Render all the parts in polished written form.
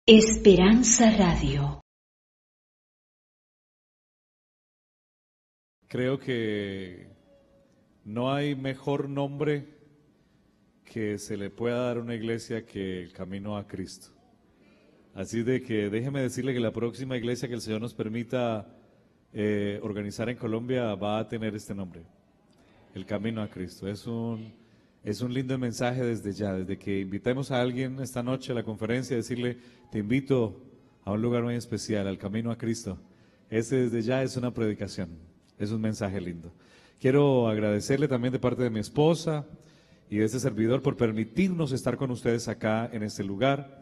Esperanza Radio. Creo que no hay mejor nombre que se le pueda dar a una iglesia que el camino a Cristo. Así de que déjeme decirle que la próxima iglesia que el Señor nos permita organizar en Colombia va a tener este nombre, el camino a Cristo. Es un lindo mensaje desde ya, desde que invitemos a alguien esta noche a la conferencia, decirle, te invito a un lugar muy especial, al camino a Cristo. Ese desde ya es una predicación, es un mensaje lindo. Quiero agradecerle también de parte de mi esposa y de este servidor por permitirnos estar con ustedes acá en este lugar.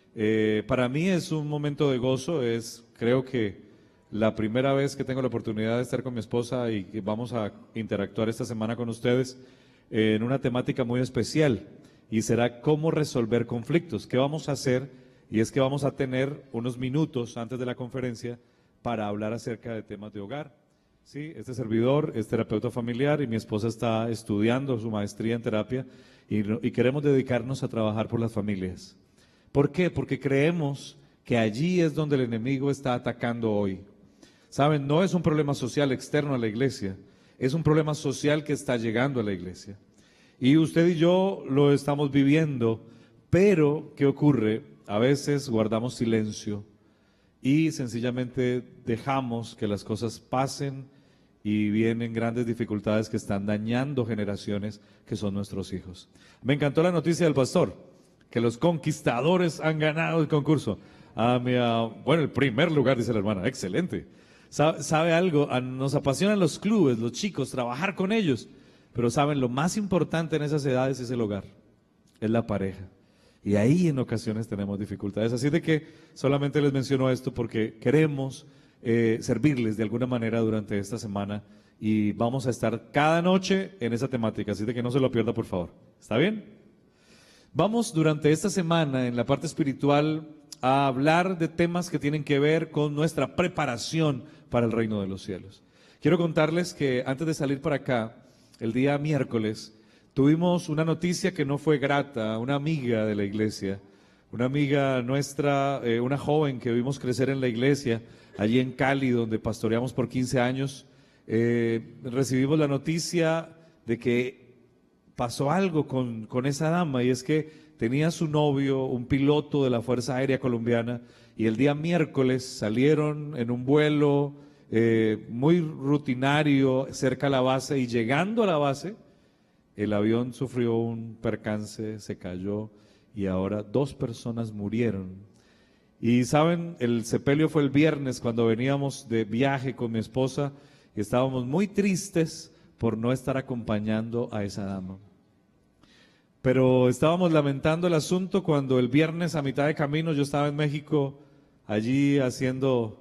Para mí es un momento de gozo, creo que la primera vez que tengo la oportunidad de estar con mi esposa y que vamos a interactuar esta semana con ustedes en una temática muy especial, y será cómo resolver conflictos. ¿Qué vamos a hacer? Y es que vamos a tener unos minutos antes de la conferencia para hablar acerca de temas de hogar. Sí, este servidor es terapeuta familiar y mi esposa está estudiando su maestría en terapia y queremos dedicarnos a trabajar por las familias. ¿Por qué? Porque creemos que allí es donde el enemigo está atacando hoy. Saben, no es un problema social externo a la iglesia, es un problema social que está llegando a la iglesia. Y usted y yo lo estamos viviendo, pero ¿qué ocurre? A veces guardamos silencio y sencillamente dejamos que las cosas pasen y vienen grandes dificultades que están dañando generaciones que son nuestros hijos. Me encantó la noticia del pastor, que los conquistadores han ganado el concurso. Bueno, el primer lugar, dice la hermana, excelente. ¿Sabe algo? Nos apasionan los clubes, los chicos, trabajar con ellos, pero saben, lo más importante en esas edades es el hogar, es la pareja. Y ahí en ocasiones tenemos dificultades. Así de que solamente les menciono esto porque queremos servirles de alguna manera durante esta semana y vamos a estar cada noche en esa temática. Así de que no se lo pierda, por favor. ¿Está bien? Vamos durante esta semana en la parte espiritual a hablar de temas que tienen que ver con nuestra preparación para el reino de los cielos. Quiero contarles que antes de salir para acá, el día miércoles, tuvimos una noticia que no fue grata. Una amiga de la iglesia, una amiga nuestra, una joven que vimos crecer en la iglesia, allí en Cali, donde pastoreamos por 15 años, recibimos la noticia de que pasó algo con esa dama, y es que tenía su novio, un piloto de la Fuerza Aérea Colombiana, y el día miércoles salieron en un vuelo muy rutinario cerca a la base, y llegando a la base, el avión sufrió un percance, se cayó y ahora 2 personas murieron. Y saben, el sepelio fue el viernes cuando veníamos de viaje con mi esposa y estábamos muy tristes por no estar acompañando a esa dama. Pero estábamos lamentando el asunto cuando el viernes a mitad de camino yo estaba en México, allí haciendo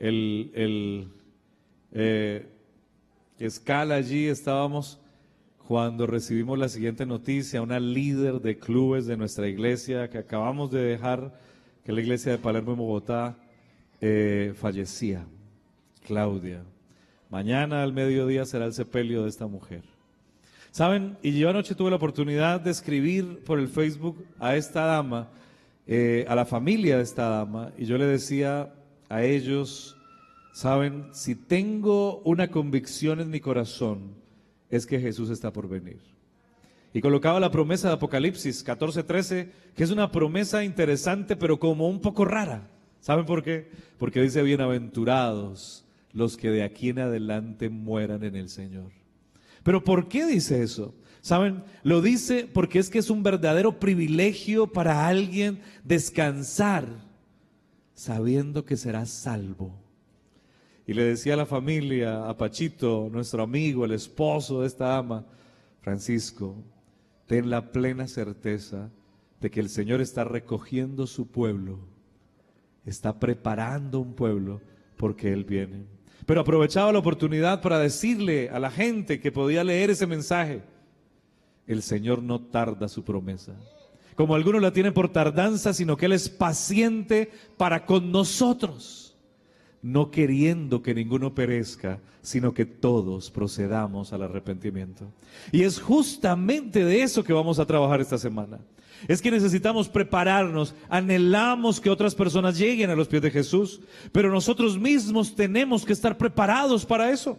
escala, allí estábamos cuando recibimos la siguiente noticia. Una líder de clubes de nuestra iglesia que acabamos de dejar, que es la iglesia de Palermo en Bogotá, fallecía, Claudia. Mañana al mediodía será el sepelio de esta mujer. ¿Saben? Y yo anoche tuve la oportunidad de escribir por el Facebook a esta dama, a la familia de esta dama, y yo le decía a ellos, ¿saben? Si tengo una convicción en mi corazón, es que Jesús está por venir. Y colocaba la promesa de Apocalipsis 14:13, que es una promesa interesante, pero como un poco rara. ¿Saben por qué? Porque dice, bienaventurados los que de aquí en adelante mueran en el Señor. ¿Pero por qué dice eso? ¿Saben? Lo dice porque es que es un verdadero privilegio para alguien descansar sabiendo que será salvo. Y le decía a la familia, a Pachito, nuestro amigo, el esposo de esta dama, Francisco, ten la plena certeza de que el Señor está recogiendo su pueblo, está preparando un pueblo porque Él viene. Pero aprovechaba la oportunidad para decirle a la gente que podía leer ese mensaje, el Señor no tarda su promesa, como algunos la tienen por tardanza, sino que Él es paciente para con nosotros, no queriendo que ninguno perezca, sino que todos procedamos al arrepentimiento. Y es justamente de eso que vamos a trabajar esta semana. Es que necesitamos prepararnos, anhelamos que otras personas lleguen a los pies de Jesús, pero nosotros mismos tenemos que estar preparados para eso.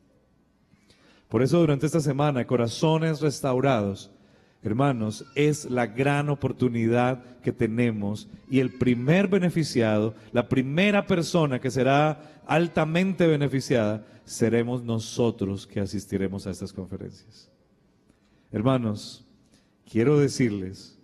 Por eso durante esta semana, Corazones Restaurados, hermanos, es la gran oportunidad que tenemos, y el primer beneficiado, la primera persona que será altamente beneficiada, seremos nosotros que asistiremos a estas conferencias. Hermanos, quiero decirles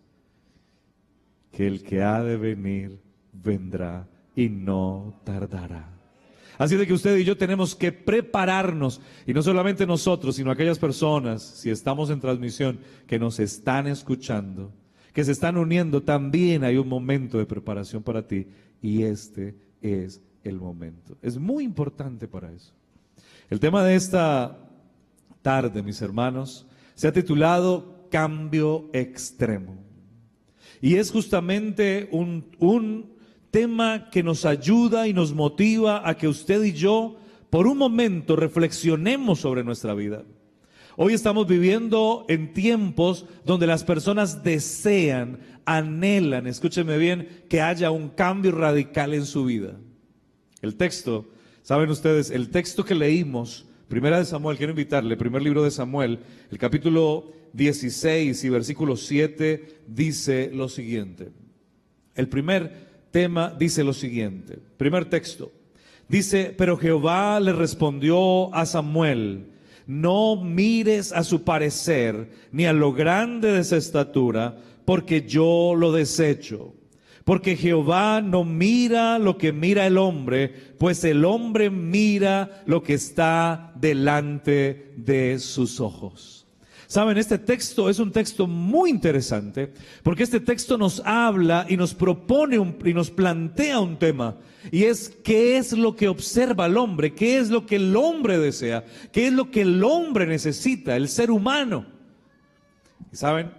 que el que ha de venir, vendrá y no tardará. Así de que usted y yo tenemos que prepararnos, y no solamente nosotros, sino aquellas personas, si estamos en transmisión, que nos están escuchando, que se están uniendo. También hay un momento de preparación para ti, y este es el momento. Es muy importante para eso. El tema de esta tarde, mis hermanos, se ha titulado Cambio Extremo, y es justamente un tema que nos ayuda y nos motiva a que usted y yo por un momento reflexionemos sobre nuestra vida. Hoy estamos viviendo en tiempos donde las personas desean, anhelan, escúchenme bien, que haya un cambio radical en su vida. El texto, saben ustedes, el texto que leímos, Primera de Samuel, quiero invitarle, primer libro de Samuel, el capítulo 16 y versículo 7 dice lo siguiente. El primer tema dice lo siguiente, primer texto, dice: pero Jehová le respondió a Samuel: no mires a su parecer, ni a lo grande de su estatura, porque yo lo desecho. Porque Jehová no mira lo que mira el hombre, pues el hombre mira lo que está delante de sus ojos. Saben, este texto es un texto muy interesante, porque este texto nos habla y nos propone y nos plantea un tema, y es: ¿qué es lo que observa el hombre? ¿Qué es lo que el hombre desea? ¿Qué es lo que el hombre necesita, el ser humano? Y saben,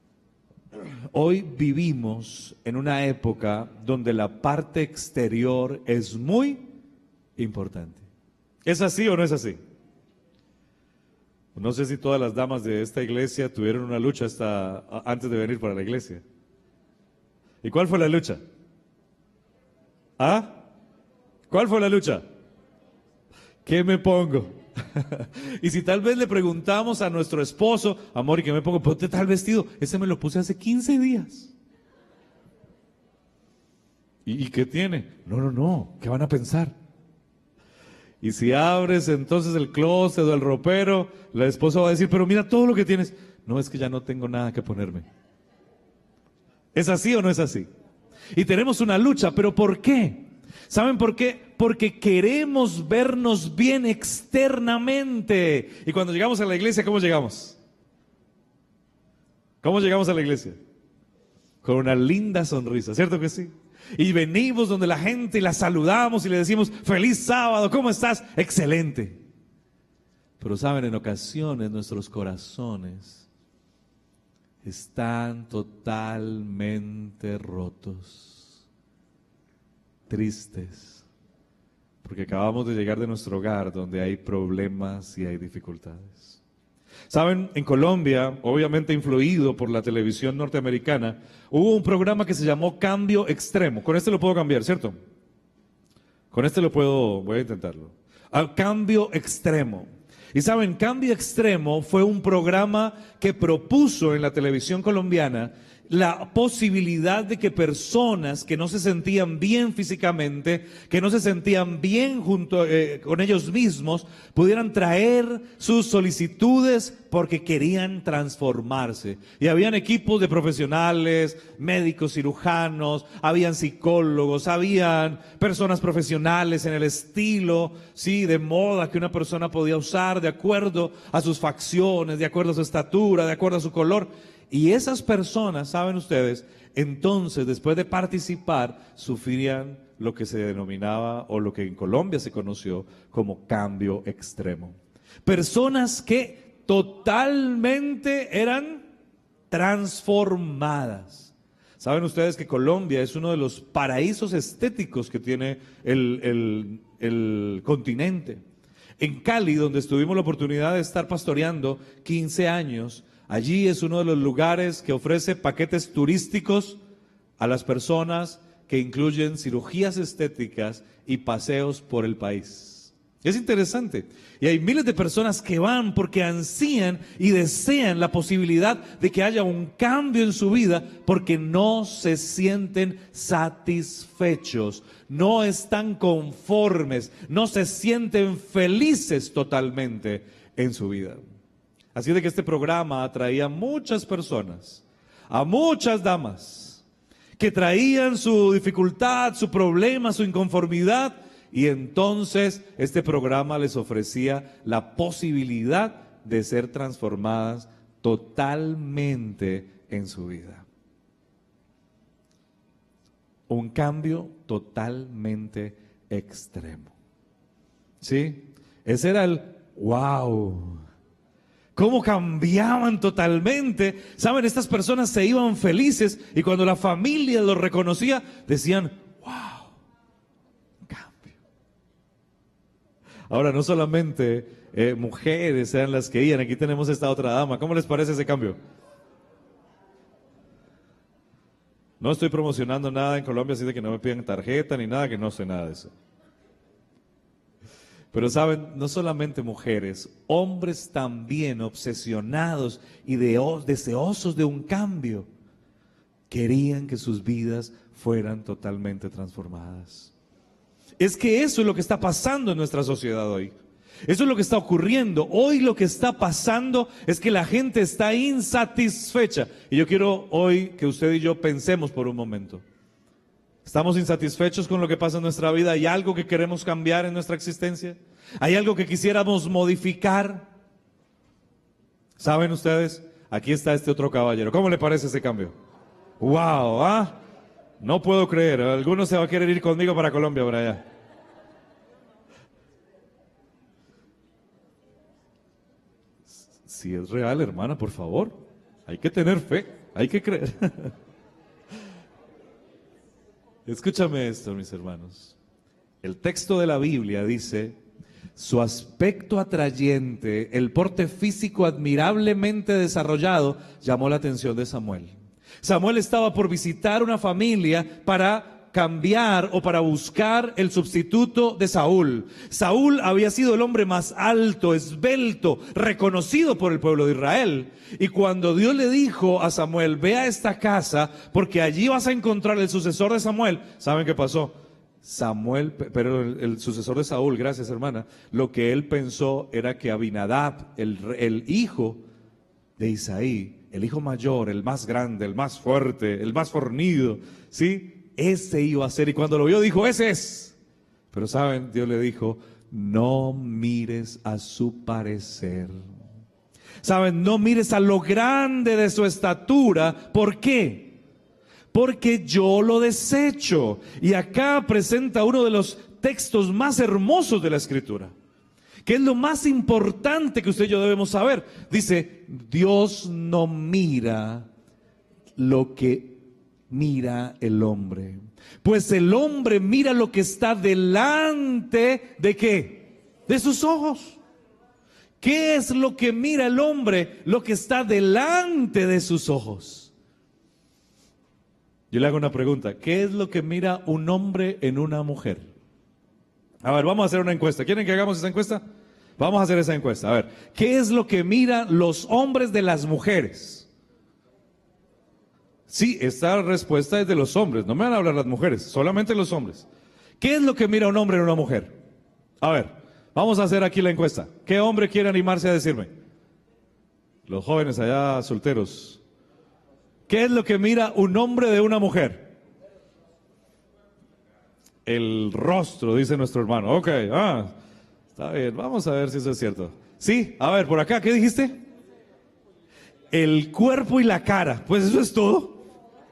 hoy vivimos en una época donde la parte exterior es muy importante. ¿Es así o no es así? No sé si todas las damas de esta iglesia tuvieron una lucha antes de venir para la iglesia. ¿Y cuál fue la lucha? ¿Ah? ¿Cuál fue la lucha? ¿Qué me pongo? Y si tal vez le preguntamos a nuestro esposo: amor, ¿y qué me pongo? Ponte tal vestido. Ese me lo puse hace 15 días. ¿Y qué tiene? No, ¿qué van a pensar? Y si abres entonces el closet o el ropero, la esposa va a decir: pero mira todo lo que tienes. No, es que ya no tengo nada que ponerme. ¿Es así o no es así? Y tenemos una lucha, ¿pero por qué? ¿Saben por qué? Porque queremos vernos bien externamente. Y cuando llegamos a la iglesia, ¿cómo llegamos? ¿Cómo llegamos a la iglesia? Con una linda sonrisa, ¿cierto que sí? Y venimos donde la gente y la saludamos y le decimos: feliz sábado, ¿cómo estás? Excelente. Pero saben, en ocasiones nuestros corazones están totalmente rotos, tristes, porque acabamos de llegar de nuestro hogar donde hay problemas y hay dificultades. Saben, en Colombia, obviamente influido por la televisión norteamericana, hubo un programa que se llamó Cambio Extremo. Con este lo puedo cambiar, ¿cierto? Con este voy a intentarlo. Cambio Extremo. Y saben, Cambio Extremo fue un programa que propuso en la televisión colombiana la posibilidad de que personas que no se sentían bien físicamente, que no se sentían bien con ellos mismos, pudieran traer sus solicitudes porque querían transformarse. Y habían equipos de profesionales, médicos, cirujanos, habían psicólogos, habían personas profesionales en el estilo, sí, de moda que una persona podía usar de acuerdo a sus facciones, de acuerdo a su estatura, de acuerdo a su color. Y esas personas, saben ustedes, entonces después de participar, sufrían lo que se denominaba, o lo que en Colombia se conoció como cambio extremo. Personas que totalmente eran transformadas. Saben ustedes que Colombia es uno de los paraísos estéticos que tiene el continente. En Cali, donde tuvimos la oportunidad de estar pastoreando 15 años, Allí es uno de los lugares que ofrece paquetes turísticos a las personas que incluyen cirugías estéticas y paseos por el país. Es interesante. Y hay miles de personas que van porque ansían y desean la posibilidad de que haya un cambio en su vida porque no se sienten satisfechos, no están conformes, no se sienten felices totalmente en su vida. Así de que este programa atraía a muchas personas, a muchas damas, que traían su dificultad, su problema, su inconformidad, y entonces este programa les ofrecía la posibilidad de ser transformadas totalmente en su vida. Un cambio totalmente extremo. ¿Sí? Ese era el wow. ¿Cómo cambiaban totalmente? Saben, estas personas se iban felices y cuando la familia los reconocía, decían, wow, cambio. Ahora, no solamente mujeres eran las que iban, aquí tenemos esta otra dama. ¿Cómo les parece ese cambio? No estoy promocionando nada en Colombia, así de que no me pidan tarjeta ni nada, que no sé nada de eso. Pero saben, no solamente mujeres, hombres también obsesionados y deseosos de un cambio, querían que sus vidas fueran totalmente transformadas. Es que eso es lo que está pasando en nuestra sociedad hoy. Eso es lo que está ocurriendo. Hoy lo que está pasando es que la gente está insatisfecha. Y yo quiero hoy que usted y yo pensemos por un momento. ¿Estamos insatisfechos con lo que pasa en nuestra vida? ¿Hay algo que queremos cambiar en nuestra existencia? ¿Hay algo que quisiéramos modificar? ¿Saben ustedes? Aquí está este otro caballero. ¿Cómo le parece ese cambio? ¡Wow! ¿Ah? No puedo creer. Alguno se va a querer ir conmigo para Colombia, para allá. Si es real, hermana, por favor. Hay que tener fe. Hay que creer. Escúchame esto, mis hermanos. El texto de la Biblia dice, su aspecto atrayente, el porte físico admirablemente desarrollado, llamó la atención de Samuel. Samuel estaba por visitar una familia para cambiar o para buscar el sustituto de Saúl. Saúl había sido el hombre más alto, esbelto, reconocido por el pueblo de Israel. Y cuando Dios le dijo a Samuel, ve a esta casa porque allí vas a encontrar el sucesor de Samuel, ¿saben qué pasó? Samuel, pero el sucesor de Saúl, gracias hermana, lo que él pensó era que Abinadab, el hijo de Isaí, el hijo mayor, el más grande, el más fuerte, el más fornido, ¿sí? Ese iba a ser, y cuando lo vio dijo, ese es. Pero saben, Dios le dijo, no mires a su parecer. Saben, no mires a lo grande de su estatura. ¿Por qué? Porque yo lo desecho. Y acá presenta uno de los textos más hermosos de la Escritura, que es lo más importante que usted y yo debemos saber. Dice, Dios no mira lo que mira el hombre, pues el hombre mira lo que está delante de ¿qué? De sus ojos. ¿Qué es lo que mira el hombre? Lo que está delante de sus ojos. Yo le hago una pregunta, ¿qué es lo que mira un hombre en una mujer? A ver, vamos a hacer una encuesta. ¿Quieren que hagamos esa encuesta? Vamos a hacer esa encuesta. A ver, ¿qué es lo que miran los hombres de las mujeres? Sí, esta respuesta es de los hombres, no me van a hablar las mujeres, solamente los hombres. ¿Qué es lo que mira un hombre en una mujer? A ver, vamos a hacer aquí la encuesta. ¿Qué hombre quiere animarse a decirme? Los jóvenes allá solteros. ¿Qué es lo que mira un hombre de una mujer? El rostro, dice nuestro hermano. Ok, está bien, vamos a ver si eso es cierto. Sí, a ver, por acá, ¿qué dijiste? El cuerpo y la cara, pues eso es todo.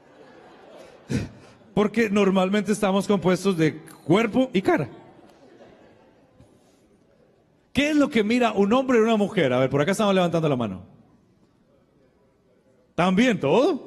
Porque normalmente estamos compuestos de cuerpo y cara. ¿Qué es lo que mira un hombre y una mujer? A ver, por acá estamos levantando la mano. ¿También todo?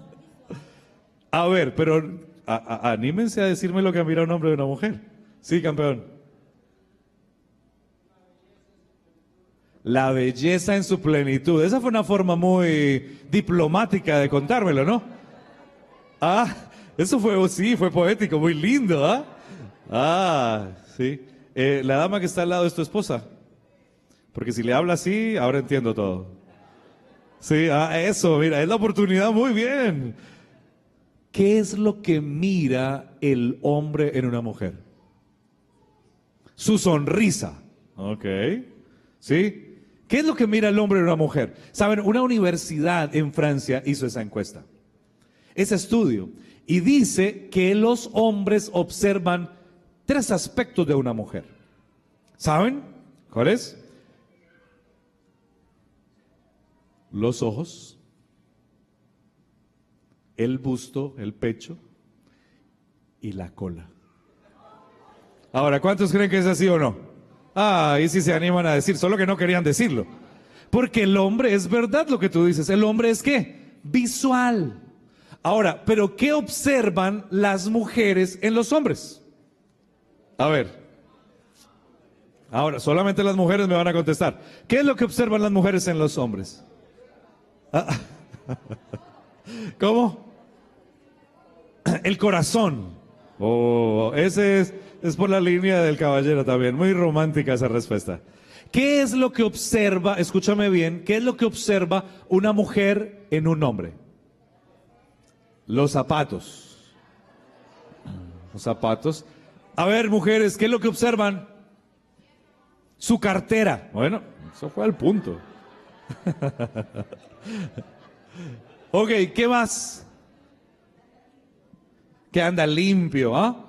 A ver, pero anímense a decirme lo que mira un hombre y una mujer. Sí, campeón. La belleza en su plenitud. Esa fue una forma muy diplomática de contármelo, ¿no? Ah, eso fue, sí, fue poético, muy lindo, ¿ah? Ah, sí. La dama que está al lado es tu esposa. Porque si le habla así, ahora entiendo todo. Sí, eso, mira, es la oportunidad, muy bien. ¿Qué es lo que mira el hombre en una mujer? Su sonrisa. Ok. ¿Sí? ¿Qué es lo que mira el hombre en una mujer? Saben, una universidad en Francia hizo esa encuesta, ese estudio, y dice que los hombres observan 3 aspectos de una mujer. ¿Saben? ¿Cuál es? Los ojos, el busto, el pecho y la cola. Ahora, ¿cuántos creen que es así o no? Ahí sí se animan a decir, solo que no querían decirlo. Porque el hombre, es verdad lo que tú dices, el hombre es ¿qué? Visual. Ahora, ¿pero qué observan las mujeres en los hombres? A ver. Ahora, solamente las mujeres me van a contestar. ¿Qué es lo que observan las mujeres en los hombres? ¿Cómo? El corazón. Oh, ese es por la línea del caballero también. Muy romántica esa respuesta. ¿Qué es lo que observa, escúchame bien, qué es lo que observa una mujer en un hombre? Los zapatos. Los zapatos. A ver, mujeres, ¿qué es lo que observan? Su cartera. Bueno, eso fue al punto. Ok, ¿qué más? Que anda limpio, ¿ah?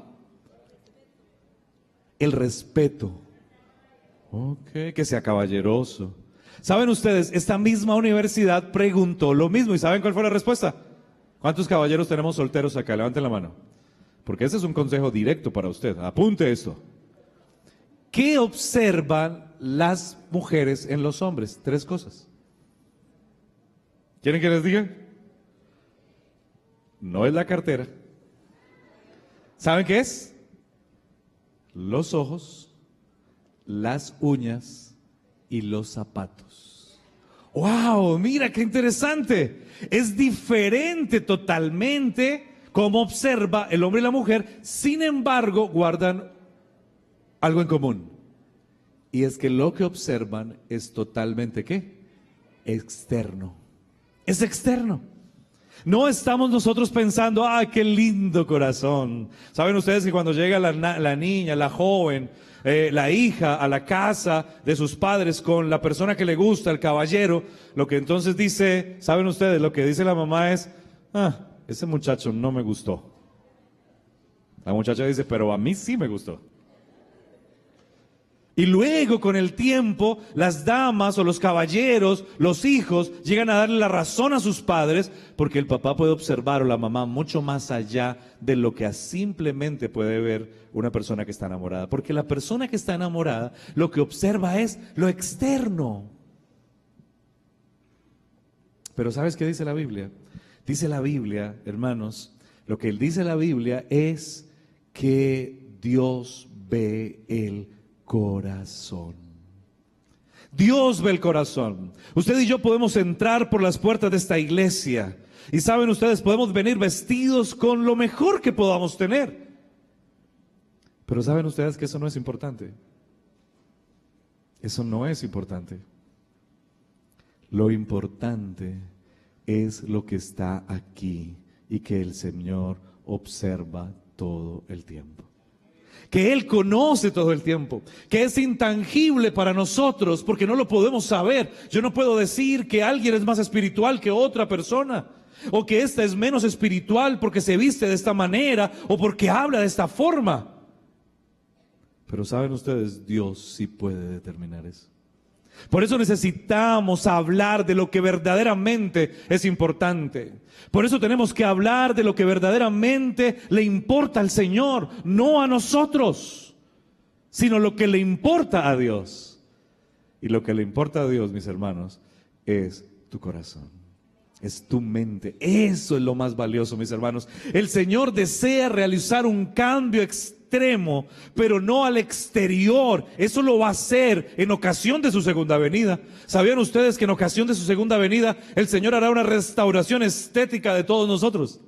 El respeto. Ok, que sea caballeroso. ¿Saben ustedes? Esta misma universidad preguntó lo mismo. ¿Y saben cuál fue la respuesta? ¿Cuántos caballeros tenemos solteros acá? Levanten la mano. Porque ese es un consejo directo para usted. Apunte esto. ¿Qué observan las mujeres en los hombres? 3 cosas. ¿Quieren que les diga? No es la cartera. ¿Saben qué es? Los ojos, las uñas y los zapatos. ¡Wow! Mira qué interesante. Es diferente totalmente cómo observa el hombre y la mujer. Sin embargo, guardan algo en común. Y es que lo que observan es totalmente ¿qué? Externo. Es externo. No estamos nosotros pensando, ¡ay, qué lindo corazón! Saben ustedes que cuando llega la niña, la joven, la hija a la casa de sus padres con la persona que le gusta, el caballero, lo que entonces dice, ¿saben ustedes? Lo que dice la mamá es, ese muchacho no me gustó. La muchacha dice, pero a mí sí me gustó. Y luego, con el tiempo, las damas o los caballeros, los hijos, llegan a darle la razón a sus padres, porque el papá puede observar o la mamá mucho más allá de lo que simplemente puede ver una persona que está enamorada. Porque la persona que está enamorada, lo que observa es lo externo. Pero ¿sabes qué dice la Biblia? Dice la Biblia, hermanos, lo que dice la Biblia es que Dios ve el corazón. Dios ve el corazón. Usted y yo podemos entrar por las puertas de esta iglesia y saben ustedes, podemos venir vestidos con lo mejor que podamos tener. Pero saben ustedes que eso no es importante. Eso no es importante. Lo importante es lo que está aquí y que el Señor observa todo el tiempo. Que Él conoce todo el tiempo, que es intangible para nosotros porque no lo podemos saber. Yo no puedo decir que alguien es más espiritual que otra persona, o que esta es menos espiritual porque se viste de esta manera o porque habla de esta forma. Pero saben ustedes, Dios sí puede determinar eso. Por eso necesitamos hablar de lo que verdaderamente es importante. Por eso tenemos que hablar de lo que verdaderamente le importa al Señor, no a nosotros, sino lo que le importa a Dios. Y lo que le importa a Dios, mis hermanos, es tu corazón, es tu mente. Eso es lo más valioso, mis hermanos. El Señor desea realizar un cambio externo extremo, pero no al exterior. Eso lo va a hacer en ocasión de su segunda venida. ¿Sabían ustedes que en ocasión de su segunda venida el Señor hará una restauración estética de todos nosotros?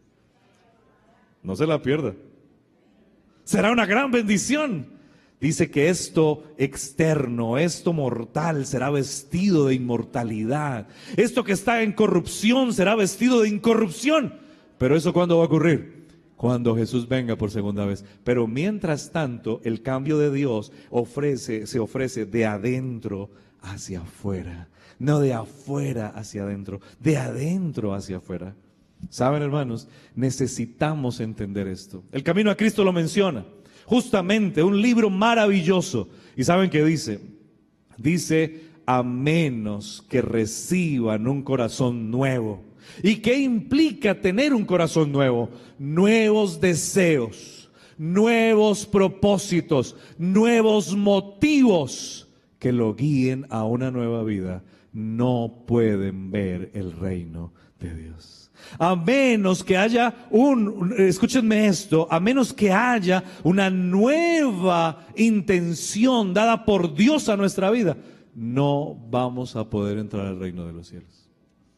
No se la pierda. Será una gran bendición. Dice que esto externo, esto mortal, será vestido de inmortalidad. Esto que está en corrupción será vestido de incorrupción. Pero ¿eso cuándo va a ocurrir? Cuando Jesús venga por segunda vez. Pero mientras tanto, el cambio de Dios se ofrece de adentro hacia afuera. No de afuera hacia adentro, de adentro hacia afuera. ¿Saben, hermanos? Necesitamos entender esto. El Camino a Cristo lo menciona. Justamente, un libro maravilloso. ¿Y saben qué dice? Dice, a menos que reciban un corazón nuevo. ¿Y qué implica tener un corazón nuevo? Nuevos deseos, nuevos propósitos, nuevos motivos que lo guíen a una nueva vida. No pueden ver el reino de Dios. A menos que haya escúchenme esto, a menos que haya una nueva intención dada por Dios a nuestra vida, no vamos a poder entrar al reino de los cielos.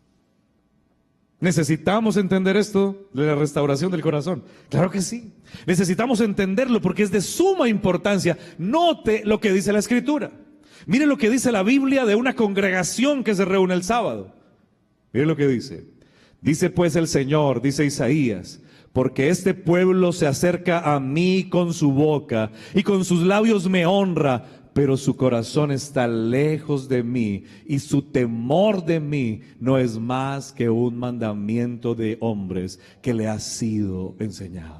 ¿Necesitamos entender esto de la restauración del corazón? Claro que sí. Necesitamos entenderlo porque es de suma importancia. Note lo que dice la Escritura. Mire lo que dice la Biblia de una congregación que se reúne el sábado. Mire lo que dice. Dice pues el Señor, dice Isaías, porque este pueblo se acerca a mí con su boca y con sus labios me honra, pero su corazón está lejos de mí y su temor de mí no es más que un mandamiento de hombres que le ha sido enseñado.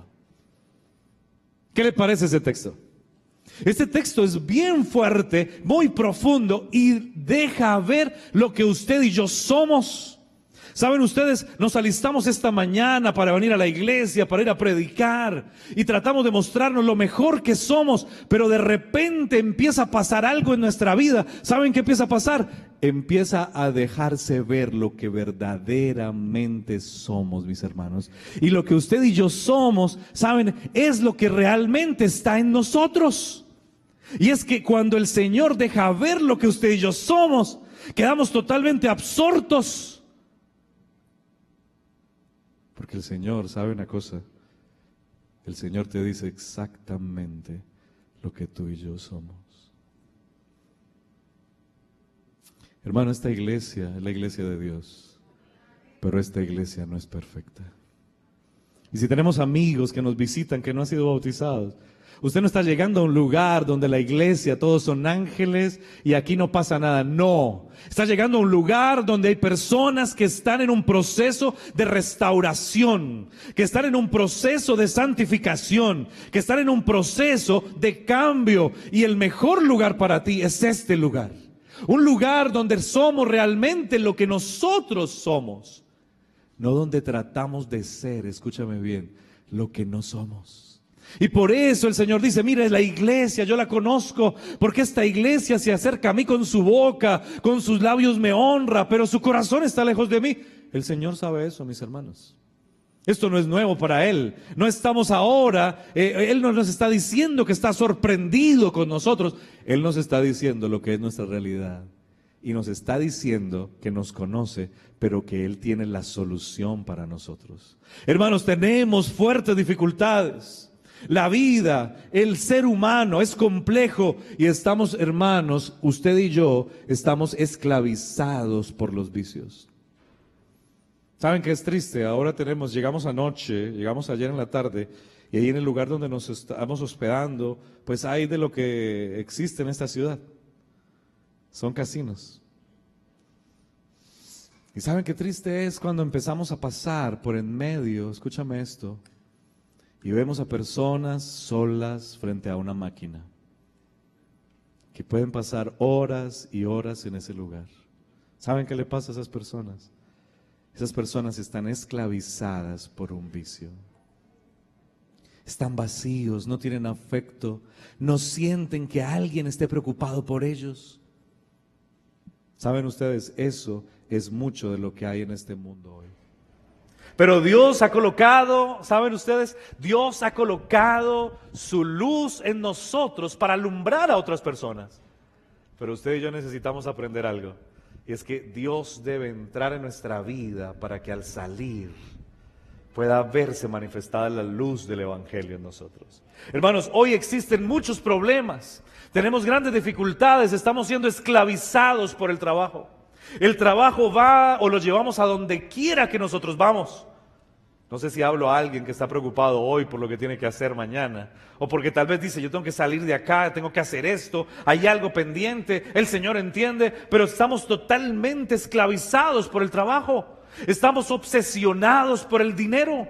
¿Qué le parece ese texto? Este texto es bien fuerte, muy profundo y deja ver lo que usted y yo somos. ¿Saben ustedes? Nos alistamos esta mañana para venir a la iglesia, para ir a predicar y tratamos de mostrarnos lo mejor que somos, pero de repente empieza a pasar algo en nuestra vida. ¿Saben qué empieza a pasar? Empieza a dejarse ver lo que verdaderamente somos, mis hermanos. Y lo que usted y yo somos, ¿saben? Es lo que realmente está en nosotros. Y es que cuando el Señor deja ver lo que usted y yo somos, quedamos totalmente absortos. Porque el Señor, ¿sabe una cosa? El Señor te dice exactamente lo que tú y yo somos. Hermano, esta iglesia es la iglesia de Dios, pero esta iglesia no es perfecta. Y si tenemos amigos que nos visitan que no han sido bautizados, usted no está llegando a un lugar donde la iglesia todos son ángeles y aquí no pasa nada. No, está llegando a un lugar donde hay personas que están en un proceso de restauración, que están en un proceso de santificación, que están en un proceso de cambio. Y el mejor lugar para ti es este lugar. Un lugar donde somos realmente lo que nosotros somos, no donde tratamos de ser, escúchame bien, lo que no somos. Y por eso el Señor dice, mire, la iglesia, yo la conozco, porque esta iglesia se acerca a mí con su boca, con sus labios me honra, pero su corazón está lejos de mí. El Señor sabe eso, mis hermanos. Esto no es nuevo para Él. No estamos ahora, Él no nos está diciendo que está sorprendido con nosotros. Él nos está diciendo lo que es nuestra realidad. Y nos está diciendo que nos conoce, pero que Él tiene la solución para nosotros. Hermanos, tenemos fuertes dificultades. La vida, el ser humano es complejo y estamos, hermanos, usted y yo, estamos esclavizados por los vicios. ¿Saben qué es triste? Ahora llegamos ayer en la tarde y ahí en el lugar donde nos estamos hospedando, pues hay de lo que existe en esta ciudad. Son casinos. ¿Y saben qué triste es cuando empezamos a pasar por en medio, escúchame esto, y vemos a personas solas frente a una máquina, que pueden pasar horas y horas en ese lugar? ¿Saben qué le pasa a esas personas? Esas personas están esclavizadas por un vicio. Están vacíos, no tienen afecto, no sienten que alguien esté preocupado por ellos. ¿Saben ustedes? Eso es mucho de lo que hay en este mundo hoy. Pero Dios ha colocado, ¿saben ustedes? Dios ha colocado su luz en nosotros para alumbrar a otras personas. Pero usted y yo necesitamos aprender algo. Y es que Dios debe entrar en nuestra vida para que al salir pueda verse manifestada la luz del Evangelio en nosotros. Hermanos, hoy existen muchos problemas. Tenemos grandes dificultades, estamos siendo esclavizados por el trabajo. El trabajo va o lo llevamos a donde quiera que nosotros vamos. No sé si hablo a alguien que está preocupado hoy por lo que tiene que hacer mañana, o porque tal vez dice, yo tengo que salir de acá, tengo que hacer esto, hay algo pendiente, el Señor entiende, pero estamos totalmente esclavizados por el trabajo, estamos obsesionados por el dinero.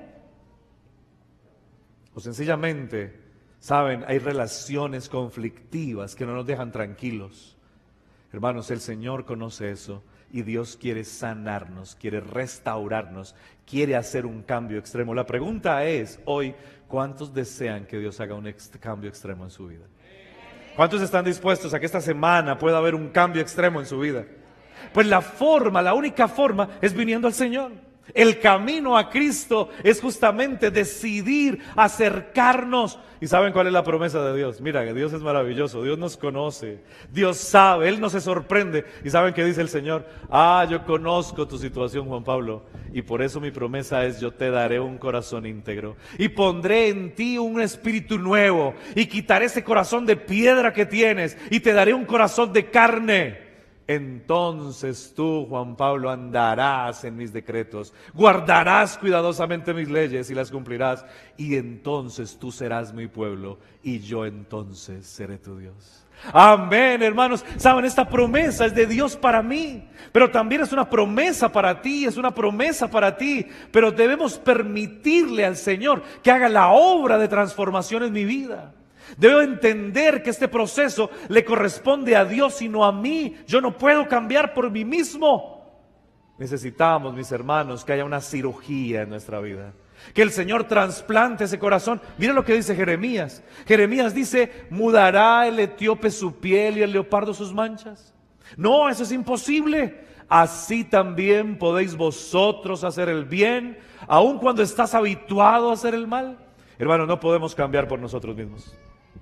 O sencillamente, saben, hay relaciones conflictivas que no nos dejan tranquilos. Hermanos, el Señor conoce eso y Dios quiere sanarnos, quiere restaurarnos, quiere hacer un cambio extremo. La pregunta es hoy, ¿cuántos desean que Dios haga un cambio extremo en su vida? ¿Cuántos están dispuestos a que esta semana pueda haber un cambio extremo en su vida? Pues la única forma es viniendo al Señor. El camino a Cristo es justamente decidir acercarnos. ¿Y saben cuál es la promesa de Dios? Mira, que Dios es maravilloso, Dios nos conoce, Dios sabe, Él no se sorprende. ¿Y saben qué dice el Señor? Yo conozco tu situación, Juan Pablo, y por eso mi promesa es, yo te daré un corazón íntegro, y pondré en ti un espíritu nuevo, y quitaré ese corazón de piedra que tienes, y te daré un corazón de carne. Entonces tú, Juan Pablo, andarás en mis decretos, guardarás cuidadosamente mis leyes y las cumplirás, y entonces tú serás mi pueblo, y yo entonces seré tu Dios. Amén, hermanos. Saben, esta promesa es de Dios para mí, pero también es una promesa para ti, es una promesa para ti, pero debemos permitirle al Señor que haga la obra de transformación en mi vida. Debo entender que este proceso le corresponde a Dios y no a mí. Yo no puedo cambiar por mí mismo. Necesitamos, mis hermanos, que haya una cirugía en nuestra vida. Que el Señor trasplante ese corazón. Miren lo que dice Jeremías. Jeremías dice, ¿mudará el etíope su piel y el leopardo sus manchas? No, eso es imposible. Así también podéis vosotros hacer el bien, aun cuando estás habituado a hacer el mal. Hermanos, no podemos cambiar por nosotros mismos.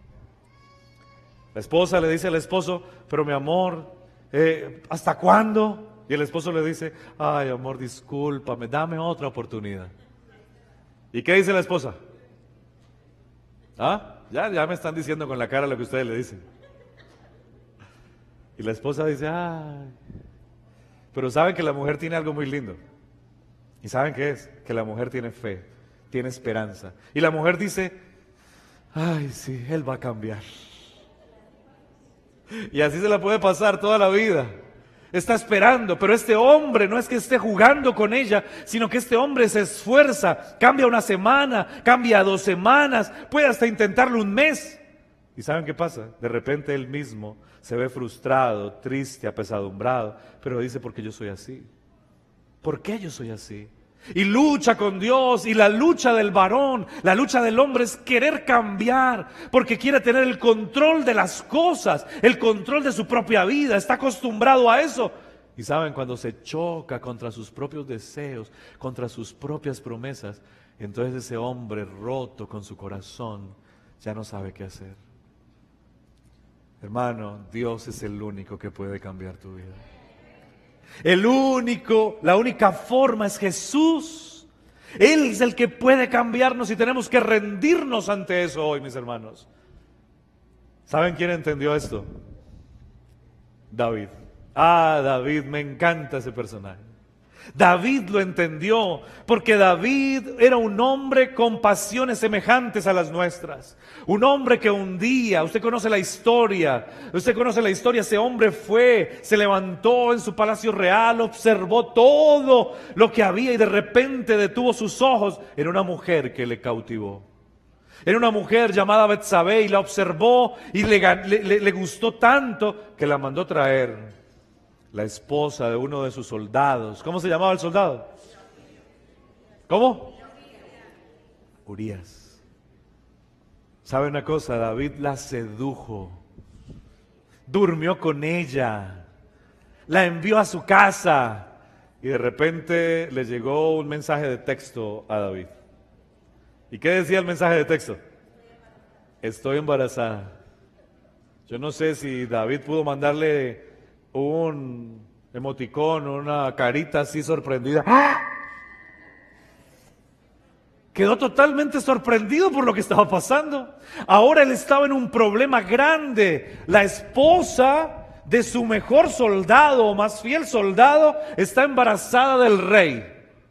La esposa le dice al esposo, pero mi amor, ¿hasta cuándo? Y el esposo le dice, ay amor, discúlpame, dame otra oportunidad. ¿Y qué dice la esposa? Ya me están diciendo con la cara lo que ustedes le dicen. Y la esposa dice, ay, pero saben que la mujer tiene algo muy lindo. ¿Y saben qué es? Que la mujer tiene fe, tiene esperanza. Y la mujer dice, ay sí, él va a cambiar. Y así se la puede pasar toda la vida. Está esperando, pero este hombre no es que esté jugando con ella, sino que este hombre se esfuerza, cambia una semana, cambia 2 semanas, puede hasta intentarlo 1 mes. ¿Y saben qué pasa? De repente él mismo se ve frustrado, triste, apesadumbrado, pero dice, ¿por qué yo soy así? ¿Por qué yo soy así? Y lucha con Dios, y la lucha del varón, la lucha del hombre es querer cambiar, porque quiere tener el control de las cosas, el control de su propia vida, está acostumbrado a eso. Y saben, cuando se choca contra sus propios deseos, contra sus propias promesas, entonces ese hombre roto con su corazón ya no sabe qué hacer. Hermano, Dios es el único que puede cambiar tu vida. La única forma es Jesús. Él es el que puede cambiarnos y tenemos que rendirnos ante eso hoy, mis hermanos. ¿Saben quién entendió esto? David. David, me encanta ese personaje. David lo entendió, porque David era un hombre con pasiones semejantes a las nuestras. Un hombre que un día, usted conoce la historia, ese hombre se levantó en su palacio real, observó todo lo que había y de repente detuvo sus ojos en una mujer que le cautivó. Era una mujer llamada Betsabé y la observó y le gustó tanto que la mandó traer. La esposa de uno de sus soldados. ¿Cómo se llamaba el soldado? ¿Cómo? Urías. ¿Sabe una cosa? David la sedujo. Durmió con ella. La envió a su casa. Y de repente le llegó un mensaje de texto a David. ¿Y qué decía el mensaje de texto? Estoy embarazada. Yo no sé si David pudo mandarle un emoticón, una carita así sorprendida. ¡Ah! Quedó totalmente sorprendido por lo que estaba pasando. Ahora él estaba en un problema grande. La esposa de su mejor soldado, o más fiel soldado, está embarazada del rey.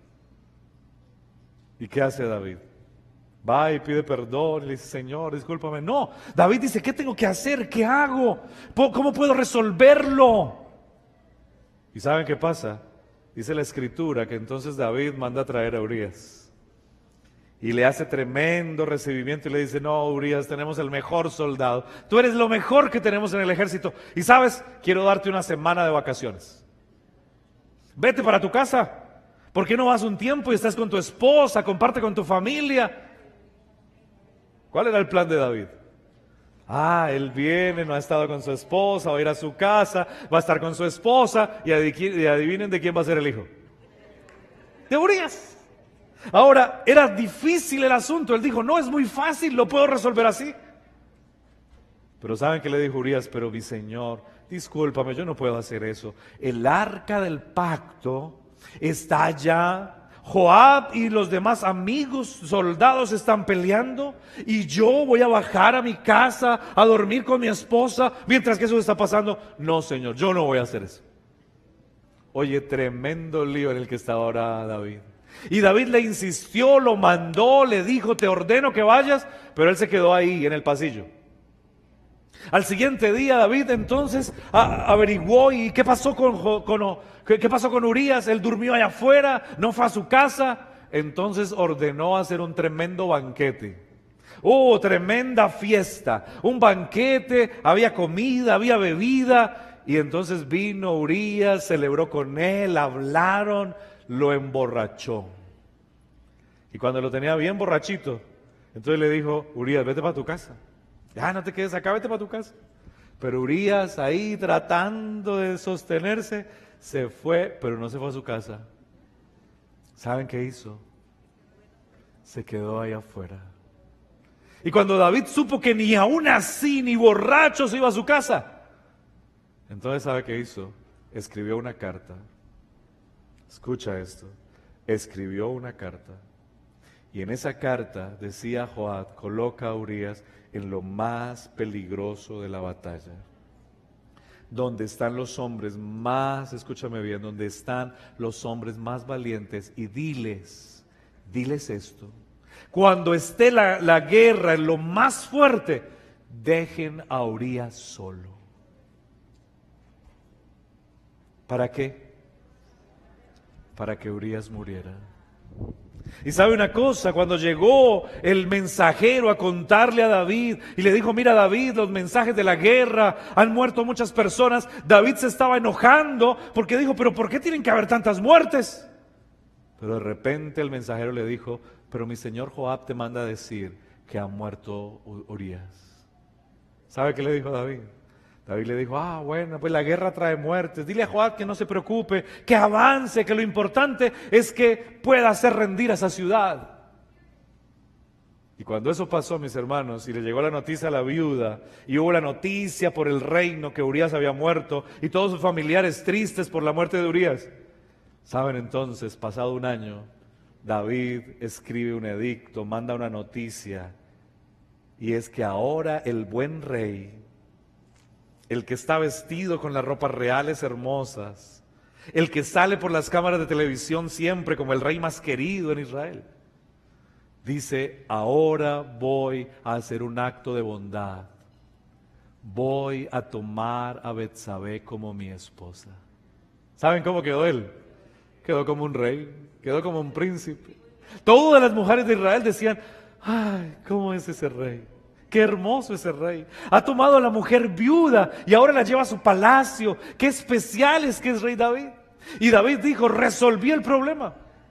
¿Y qué hace David? Va y pide perdón y le dice, Señor, discúlpame. No, David dice, ¿qué tengo que hacer? ¿Qué hago? ¿Cómo puedo resolverlo? ¿Y saben qué pasa? Dice la escritura que entonces David manda a traer a Urías. Y le hace tremendo recibimiento y le dice, no, Urías, tenemos el mejor soldado. Tú eres lo mejor que tenemos en el ejército. Y sabes, quiero darte una semana de vacaciones. Vete para tu casa. ¿Por qué no vas un tiempo y estás con tu esposa, comparte con tu familia? ¿Cuál era el plan de David? Él viene, no ha estado con su esposa, va a ir a su casa, va a estar con su esposa y adivinen de quién va a ser el hijo. De Urías. Ahora, era difícil el asunto. Él dijo, no, es muy fácil, lo puedo resolver así. Pero ¿saben qué le dijo Urías? Pero mi señor, discúlpame, yo no puedo hacer eso. El arca del pacto está allá. Joab y los demás amigos, soldados están peleando y yo voy a bajar a mi casa a dormir con mi esposa mientras que eso está pasando. No, señor, yo no voy a hacer eso. Oye, tremendo lío en el que está ahora David. Y David le insistió, lo mandó, le dijo, te ordeno que vayas, pero él se quedó ahí en el pasillo. Al siguiente día David entonces averiguó y qué pasó qué pasó con Urías. Él durmió allá afuera, no fue a su casa. Entonces ordenó hacer un tremendo banquete. Tremenda fiesta, un banquete, había comida, había bebida. Y entonces vino Urías, celebró con él, hablaron, lo emborrachó. Y cuando lo tenía bien borrachito, entonces le dijo, Urías, vete para tu casa. Ya no te quedes acá, vete para tu casa. Pero Urías ahí tratando de sostenerse, se fue, pero no se fue a su casa. ¿Saben qué hizo? Se quedó ahí afuera. Y cuando David supo que ni aún así, ni borracho se iba a su casa, entonces ¿sabe qué hizo? Escribió una carta. Escucha esto. Escribió una carta. Y en esa carta decía Joab, coloca a Urías en lo más peligroso de la batalla. Donde están los hombres más, escúchame bien, donde están los hombres más valientes y diles esto. Cuando esté la guerra en lo más fuerte, dejen a Urías solo. ¿Para qué? Para que Urías muriera. Y sabe una cosa, cuando llegó el mensajero a contarle a David y le dijo, mira David, los mensajes de la guerra, han muerto muchas personas, David se estaba enojando porque dijo, pero ¿por qué tienen que haber tantas muertes? Pero de repente el mensajero le dijo, pero mi señor Joab te manda a decir que ha muerto Urías. ¿Sabe qué le dijo David? David le dijo, bueno, pues la guerra trae muertes. Dile a Joab que no se preocupe, que avance, que lo importante es que pueda hacer rendir a esa ciudad. Y cuando eso pasó, mis hermanos, y le llegó la noticia a la viuda, y hubo la noticia por el reino que Urías había muerto, y todos sus familiares tristes por la muerte de Urías, ¿saben entonces? Pasado un año, David escribe un edicto, manda una noticia, y es que ahora el buen rey, el que está vestido con las ropas reales hermosas, el que sale por las cámaras de televisión siempre como el rey más querido en Israel, dice, ahora voy a hacer un acto de bondad, voy a tomar a Betsabé como mi esposa. ¿Saben cómo quedó él? Quedó como un rey, quedó como un príncipe. Todas las mujeres de Israel decían, ay, ¿cómo es ese rey? Qué hermoso ese rey. Ha tomado a la mujer viuda y ahora la lleva a su palacio. Qué especial es que es rey David. Y David dijo, resolví el problema.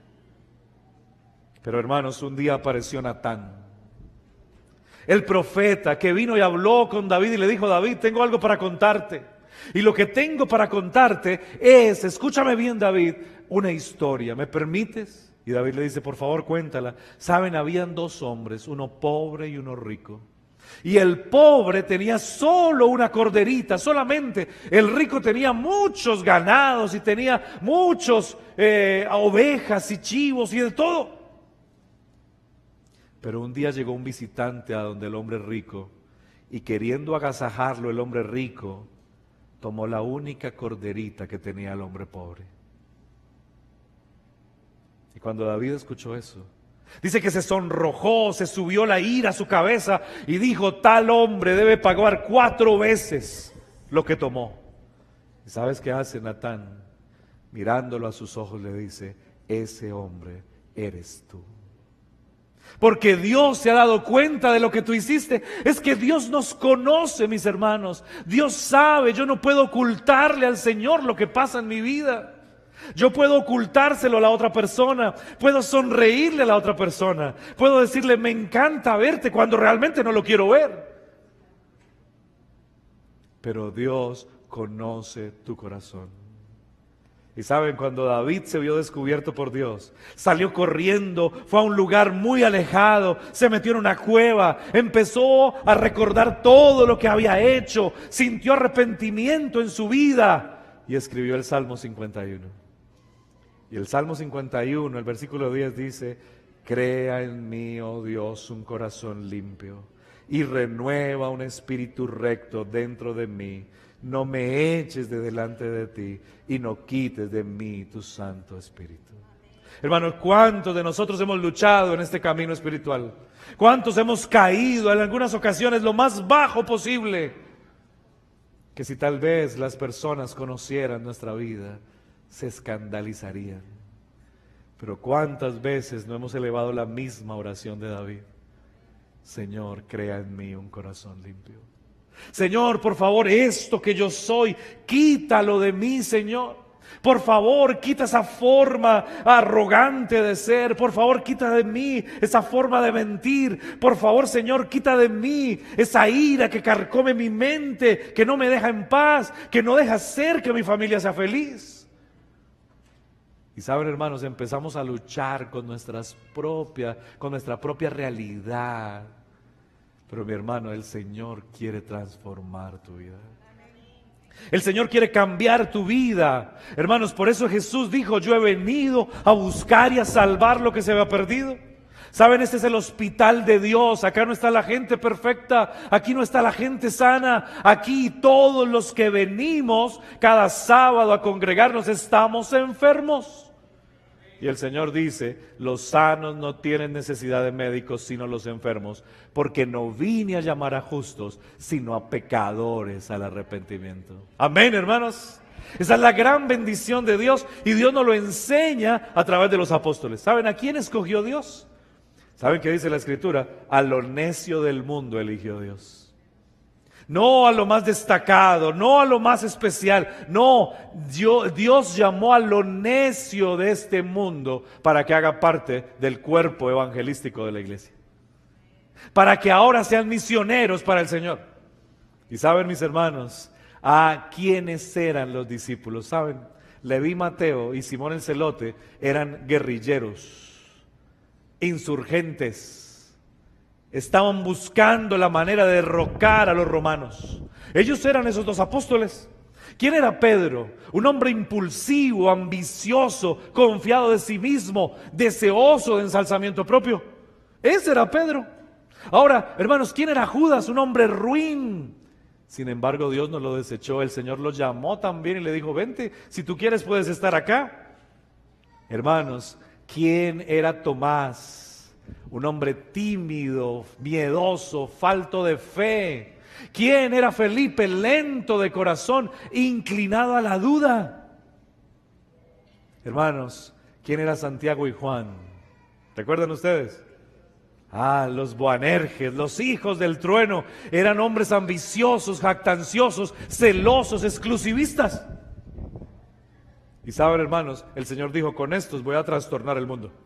Pero hermanos, un día apareció Natán, el profeta que vino y habló con David y le dijo, David, tengo algo para contarte. Y lo que tengo para contarte es, escúchame bien, David, una historia. ¿Me permites? Y David le dice, por favor, cuéntala. Saben, habían dos hombres, uno pobre y uno rico. Y el pobre tenía solo una corderita, solamente. El rico tenía muchos ganados y tenía muchos ovejas y chivos y de todo. Pero un día llegó un visitante a donde el hombre rico, y queriendo agasajarlo, el hombre rico tomó la única corderita que tenía el hombre pobre. Y cuando David escuchó eso, dice que se sonrojó, se subió la ira a su cabeza y dijo, tal hombre debe pagar 4 veces lo que tomó. ¿Y sabes qué hace Natán? Mirándolo a sus ojos le dice, ese hombre eres tú. Porque Dios se ha dado cuenta de lo que tú hiciste. Es que Dios nos conoce, mis hermanos. Dios sabe, yo no puedo ocultarle al Señor lo que pasa en mi vida. Yo puedo ocultárselo a la otra persona, puedo sonreírle a la otra persona, puedo decirle me encanta verte cuando realmente no lo quiero ver. Pero Dios conoce tu corazón. Y saben, cuando David se vio descubierto por Dios, salió corriendo, fue a un lugar muy alejado, se metió en una cueva, empezó a recordar todo lo que había hecho, sintió arrepentimiento en su vida y escribió el Salmo 51. Y el Salmo 51, el versículo 10 dice, crea en mí, oh Dios, un corazón limpio y renueva un espíritu recto dentro de mí. No me eches de delante de ti y no quites de mí tu Santo Espíritu. Hermanos, ¿cuántos de nosotros hemos luchado en este camino espiritual? ¿Cuántos hemos caído en algunas ocasiones lo más bajo posible? Que si tal vez las personas conocieran nuestra vida, se escandalizarían. Pero ¿cuántas veces no hemos elevado la misma oración de David? Señor, crea en mí un corazón limpio. Señor, por favor, esto que yo soy, quítalo de mí, Señor. Por favor, quita esa forma arrogante de ser. Por favor, quita de mí esa forma de mentir. Por favor, Señor, quita de mí esa ira que carcome mi mente, que no me deja en paz, que no deja hacer que mi familia sea feliz. Y saben, hermanos, empezamos a luchar con nuestra propia realidad. Pero mi hermano, el Señor quiere transformar tu vida. El Señor quiere cambiar tu vida. Hermanos, por eso Jesús dijo, yo he venido a buscar y a salvar lo que se había perdido. Saben, este es el hospital de Dios. Acá no está la gente perfecta, aquí no está la gente sana. Aquí todos los que venimos cada sábado a congregarnos estamos enfermos. Y el Señor dice, los sanos no tienen necesidad de médicos sino los enfermos, porque no vine a llamar a justos, sino a pecadores al arrepentimiento. Amén, hermanos. Esa es la gran bendición de Dios y Dios nos lo enseña a través de los apóstoles. ¿Saben a quién escogió Dios? ¿Saben qué dice la Escritura? A lo necio del mundo eligió Dios. No a lo más destacado, no a lo más especial, no, Dios llamó a lo necio de este mundo para que haga parte del cuerpo evangelístico de la iglesia. Para que ahora sean misioneros para el Señor. Y saben, mis hermanos, a quiénes eran los discípulos. Saben, Leví, Mateo y Simón el Celote eran guerrilleros, insurgentes. Estaban buscando la manera de derrocar a los romanos. Ellos eran esos dos apóstoles. ¿Quién era Pedro? Un hombre impulsivo, ambicioso, confiado de sí mismo, deseoso de ensalzamiento propio. Ese era Pedro. Ahora, hermanos, ¿quién era Judas? Un hombre ruin. Sin embargo, Dios no lo desechó. El Señor lo llamó también y le dijo, vente, si tú quieres puedes estar acá. Hermanos, ¿quién era Tomás? Un hombre tímido, miedoso, falto de fe. ¿Quién era Felipe? Lento de corazón, inclinado a la duda. Hermanos, ¿quién era Santiago y Juan? ¿Recuerdan ustedes? Los Boanerges, los hijos del trueno, eran hombres ambiciosos, jactanciosos, celosos, exclusivistas. Y saben, hermanos, el Señor dijo, con estos voy a trastornar el mundo.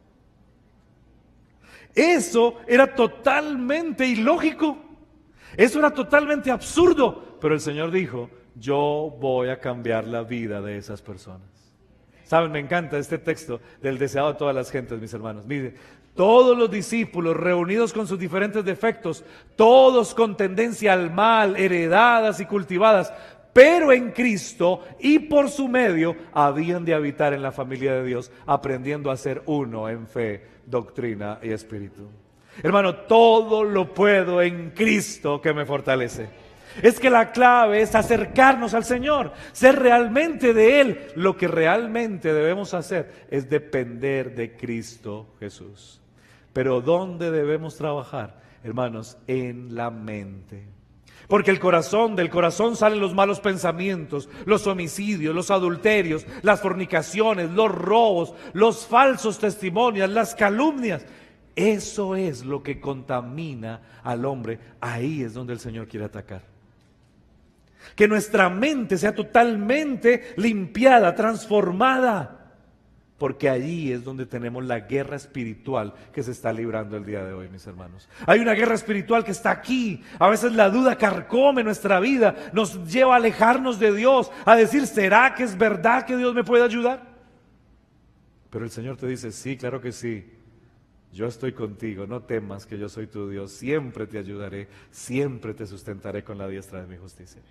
Eso era totalmente ilógico, eso era totalmente absurdo, pero el Señor dijo, yo voy a cambiar la vida de esas personas. Saben, me encanta este texto del deseado de todas las gentes, mis hermanos. Miren, todos los discípulos reunidos con sus diferentes defectos, todos con tendencia al mal, heredadas y cultivadas, pero en Cristo y por su medio habían de habitar en la familia de Dios, aprendiendo a ser uno en fe, doctrina y espíritu. Hermano, todo lo puedo en Cristo que me fortalece. Es que la clave es acercarnos al Señor, ser realmente de Él. Lo que realmente debemos hacer es depender de Cristo Jesús. Pero ¿dónde debemos trabajar? Hermanos, en la mente. Porque del corazón salen los malos pensamientos, los homicidios, los adulterios, las fornicaciones, los robos, los falsos testimonios, las calumnias. Eso es lo que contamina al hombre. Ahí es donde el Señor quiere atacar. Que nuestra mente sea totalmente limpiada, transformada. Porque allí es donde tenemos la guerra espiritual que se está librando el día de hoy, mis hermanos. Hay una guerra espiritual que está aquí. A veces la duda carcome nuestra vida, nos lleva a alejarnos de Dios, a decir, ¿será que es verdad que Dios me puede ayudar? Pero el Señor te dice, sí, claro que sí. Yo estoy contigo, no temas que yo soy tu Dios. Siempre te ayudaré, siempre te sustentaré con la diestra de mi justicia.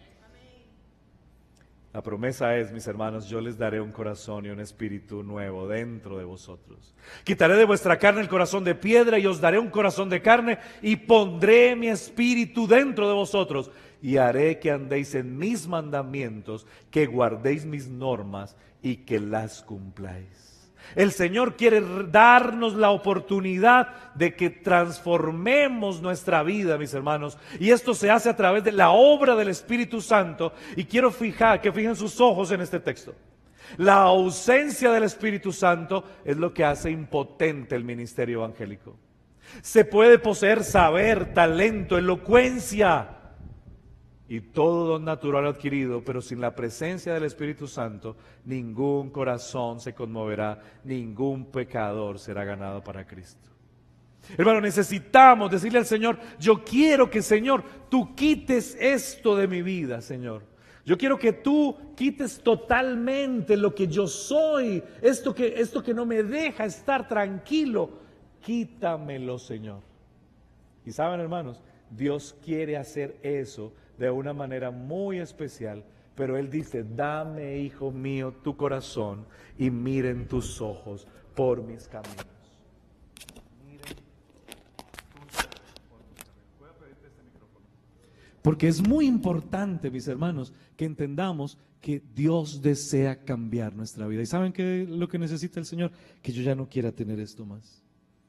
La promesa es, mis hermanos, yo les daré un corazón y un espíritu nuevo dentro de vosotros. Quitaré de vuestra carne el corazón de piedra y os daré un corazón de carne y pondré mi espíritu dentro de vosotros y haré que andéis en mis mandamientos, que guardéis mis normas y que las cumpláis. El Señor quiere darnos la oportunidad de que transformemos nuestra vida, mis hermanos, y esto se hace a través de la obra del Espíritu Santo. Y quiero que fijen sus ojos en este texto. La ausencia del Espíritu Santo es lo que hace impotente el ministerio evangélico. Se puede poseer saber, talento, elocuencia y todo don natural adquirido, pero sin la presencia del Espíritu Santo, ningún corazón se conmoverá, ningún pecador será ganado para Cristo. Hermano, necesitamos decirle al Señor, yo quiero que, Señor, tú quites esto de mi vida, Señor. Yo quiero que tú quites totalmente lo que yo soy, esto que no me deja estar tranquilo, quítamelo, Señor. Y saben, hermanos, Dios quiere hacer eso de una manera muy especial, pero Él dice, dame, hijo mío, tu corazón y miren tus ojos por mis caminos. Miren tus ojos por mis caminos. Voy a pedirte este micrófono. Porque es muy importante, mis hermanos, que entendamos que Dios desea cambiar nuestra vida. ¿Y saben qué es lo que necesita el Señor? Que yo ya no quiera tener esto más.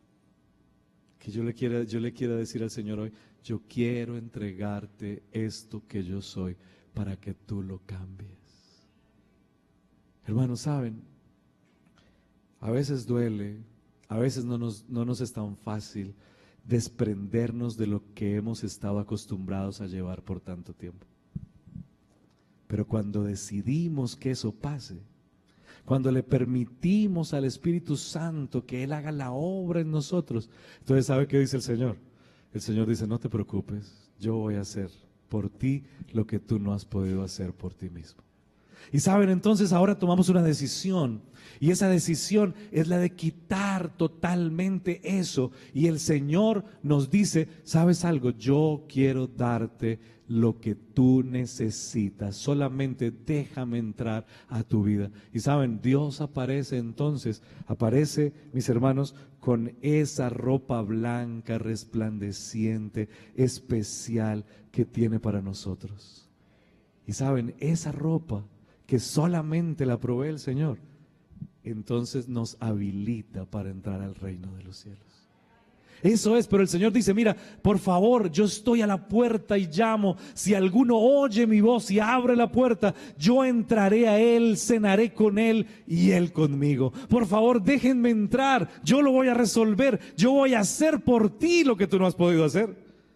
Que yo le quiera decir al Señor hoy, yo quiero entregarte esto que yo soy para que tú lo cambies. Hermanos, ¿saben? A veces duele, a veces no nos es tan fácil desprendernos de lo que hemos estado acostumbrados a llevar por tanto tiempo. Pero cuando decidimos que eso pase, cuando le permitimos al Espíritu Santo que Él haga la obra en nosotros, entonces ¿sabe qué dice el Señor? El Señor dice, no te preocupes, yo voy a hacer por ti lo que tú no has podido hacer por ti mismo. Y saben, entonces ahora tomamos una decisión, y esa decisión es la de quitar totalmente eso, y el Señor nos dice, ¿sabes algo? Yo quiero darte lo que tú necesitas, solamente déjame entrar a tu vida. Y saben, Dios aparece entonces, mis hermanos, con esa ropa blanca, resplandeciente, especial que tiene para nosotros. Y saben, esa ropa que solamente la provee el Señor, entonces nos habilita para entrar al reino de los cielos. Eso es, pero el Señor dice, mira, por favor, yo estoy a la puerta y llamo. Si alguno oye mi voz y abre la puerta, yo entraré a él, cenaré con él y él conmigo. Por favor, déjenme entrar, yo lo voy a resolver, yo voy a hacer por ti lo que tú no has podido hacer.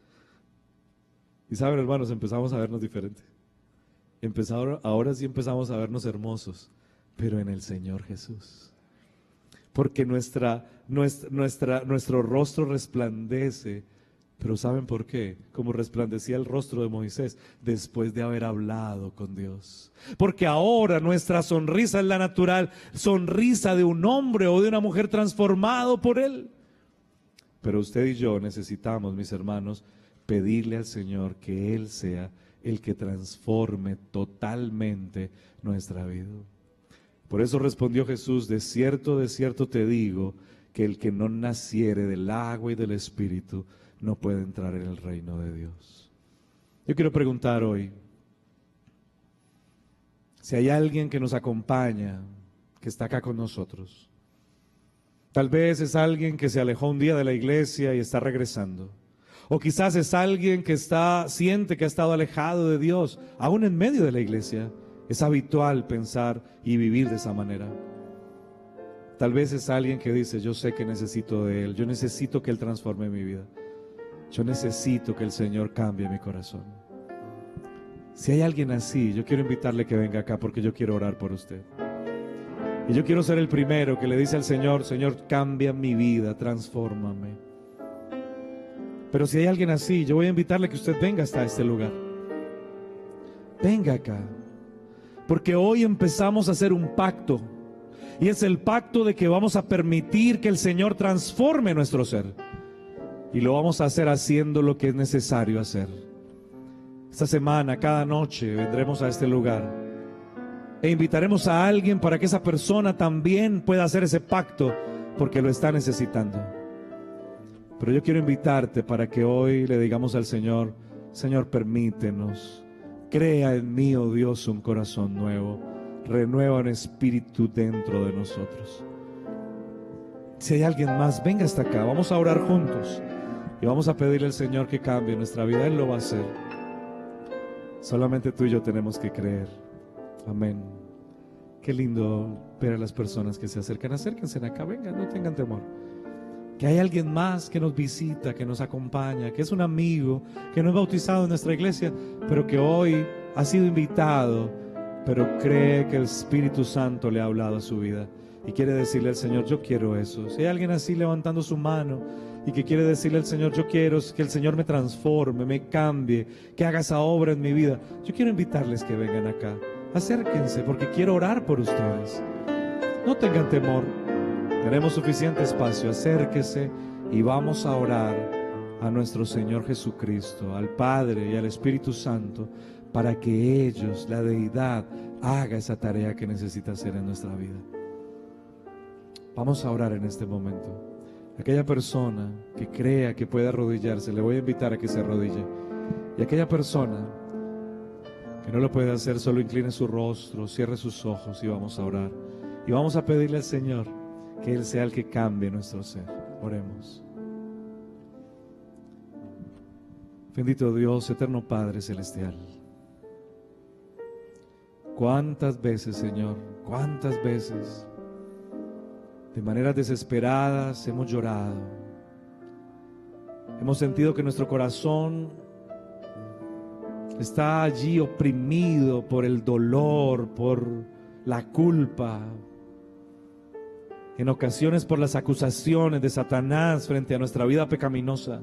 Y saben, hermanos, empezamos a vernos diferentes. Ahora sí empezamos a vernos hermosos, pero en el Señor Jesús. Porque nuestro rostro resplandece, Pero ¿saben por qué? Como resplandecía el rostro de Moisés después de haber hablado con Dios. Porque ahora nuestra sonrisa es la natural sonrisa de un hombre o de una mujer transformado por Él. Pero usted y yo necesitamos, mis hermanos, pedirle al Señor que Él sea el que transforme totalmente nuestra vida. Por eso respondió Jesús: de cierto te digo, que el que no naciere del agua y del Espíritu no puede entrar en el reino de Dios. Yo quiero preguntar hoy, si hay alguien que nos acompaña, que está acá con nosotros. Tal vez es alguien que se alejó un día de la iglesia y está regresando. O quizás es alguien que siente que ha estado alejado de Dios, aún en medio de la iglesia. Es habitual pensar y vivir de esa manera. Tal vez es alguien que dice: yo sé que necesito de Él, yo necesito que Él transforme mi vida. Yo necesito que el Señor cambie mi corazón. Si hay alguien así, yo quiero invitarle que venga acá, porque yo quiero orar por usted. Y yo quiero ser el primero que le dice al Señor: Señor, cambia mi vida, transfórmame. Pero si hay alguien así, yo voy a invitarle que usted venga hasta este lugar. Venga acá, porque hoy empezamos a hacer un pacto. Y es el pacto de que vamos a permitir que el Señor transforme nuestro ser. Y lo vamos a hacer haciendo lo que es necesario hacer. Esta semana, cada noche, vendremos a este lugar e invitaremos a alguien para que esa persona también pueda hacer ese pacto, porque lo está necesitando. Pero yo quiero invitarte para que hoy le digamos al Señor: Señor, permítenos, crea en mí, oh Dios, un corazón nuevo, renueva un espíritu dentro de nosotros. Si hay alguien más, venga hasta acá, vamos a orar juntos. Y vamos a pedirle al Señor que cambie nuestra vida. Él lo va a hacer. Solamente tú y yo tenemos que creer. Amén. Qué lindo ver a las personas que se acercan. Acérquense acá, vengan, no tengan temor. Que hay alguien más que nos visita, que nos acompaña, que es un amigo, que no es bautizado en nuestra iglesia, pero que hoy ha sido invitado, pero cree que el Espíritu Santo le ha hablado a su vida y quiere decirle al Señor: yo quiero eso. Si hay alguien así levantando su mano y que quiere decirle al Señor: yo quiero que el Señor me transforme, me cambie, que haga esa obra en mi vida, yo quiero invitarles que vengan acá. Acérquense, porque quiero orar por ustedes. No tengan temor, tenemos suficiente espacio. Acérquese y vamos a orar a nuestro Señor Jesucristo, al Padre y al Espíritu Santo, para que ellos, la deidad, haga esa tarea que necesita hacer en nuestra vida. Vamos a orar en este momento. Aquella persona que crea que puede arrodillarse, le voy a invitar a que se arrodille. Y aquella persona que no lo puede hacer, solo incline su rostro, cierre sus ojos y vamos a orar. Y vamos a pedirle al Señor que Él sea el que cambie nuestro ser. Oremos. Bendito Dios, eterno Padre celestial. ¿Cuántas veces, Señor, cuántas veces, de maneras desesperadas, hemos llorado? Hemos sentido que nuestro corazón está allí oprimido por el dolor, por la culpa, en ocasiones por las acusaciones de Satanás frente a nuestra vida pecaminosa.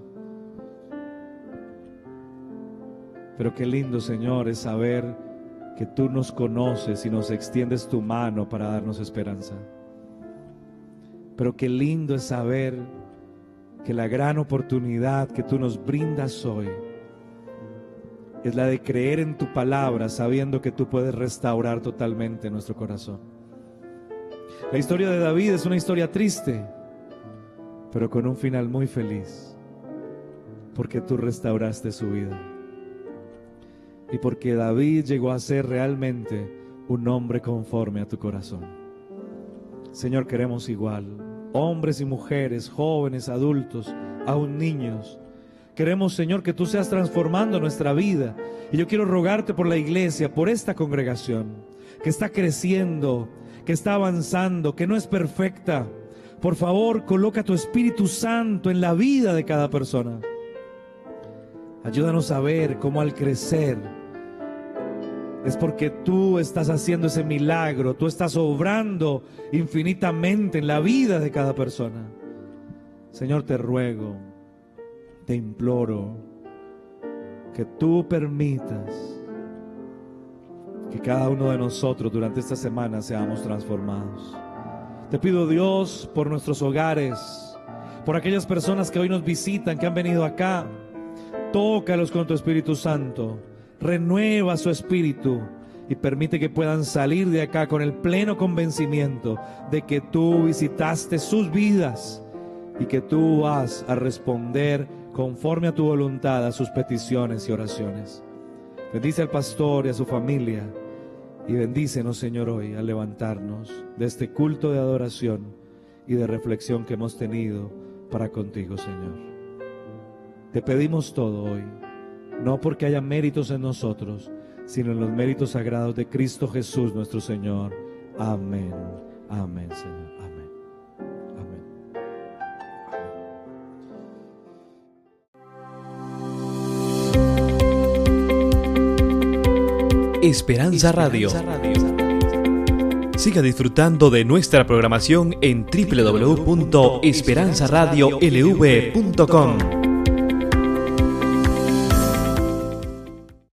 Pero qué lindo, Señor, es saber que tú nos conoces y nos extiendes tu mano para darnos esperanza. Pero qué lindo es saber que la gran oportunidad que tú nos brindas hoy es la de creer en tu palabra, sabiendo que tú puedes restaurar totalmente nuestro corazón. La historia de David es una historia triste, pero con un final muy feliz, porque tú restauraste su vida. Y porque David llegó a ser realmente un hombre conforme a tu corazón. Señor, queremos igual, hombres y mujeres, jóvenes, adultos, aún niños. Queremos, Señor, que tú seas transformando nuestra vida. Y yo quiero rogarte por la iglesia, por esta congregación, que está creciendo, que está avanzando, que no es perfecta. Por favor, coloca tu Espíritu Santo en la vida de cada persona. Ayúdanos a ver cómo al crecer es porque tú estás haciendo ese milagro, tú estás obrando infinitamente en la vida de cada persona. Señor, te ruego te imploro que tú permitas que cada uno de nosotros durante esta semana seamos transformados. Te pido, Dios, por nuestros hogares, por aquellas personas que hoy nos visitan, que han venido acá, tócalos con tu Espíritu Santo, renueva su espíritu y permite que puedan salir de acá con el pleno convencimiento de que tú visitaste sus vidas y que tú vas a responder conforme a tu voluntad a sus peticiones y oraciones. Bendice al pastor y a su familia y bendícenos, Señor, hoy al levantarnos de este culto de adoración y de reflexión que hemos tenido para contigo, Señor. Te pedimos todo hoy, no porque haya méritos en nosotros, sino en los méritos sagrados de Cristo Jesús nuestro Señor. Amén. Amén, Señor. Amén. Amén. Esperanza Radio. Siga disfrutando de nuestra programación en www.esperanzaradiolv.com.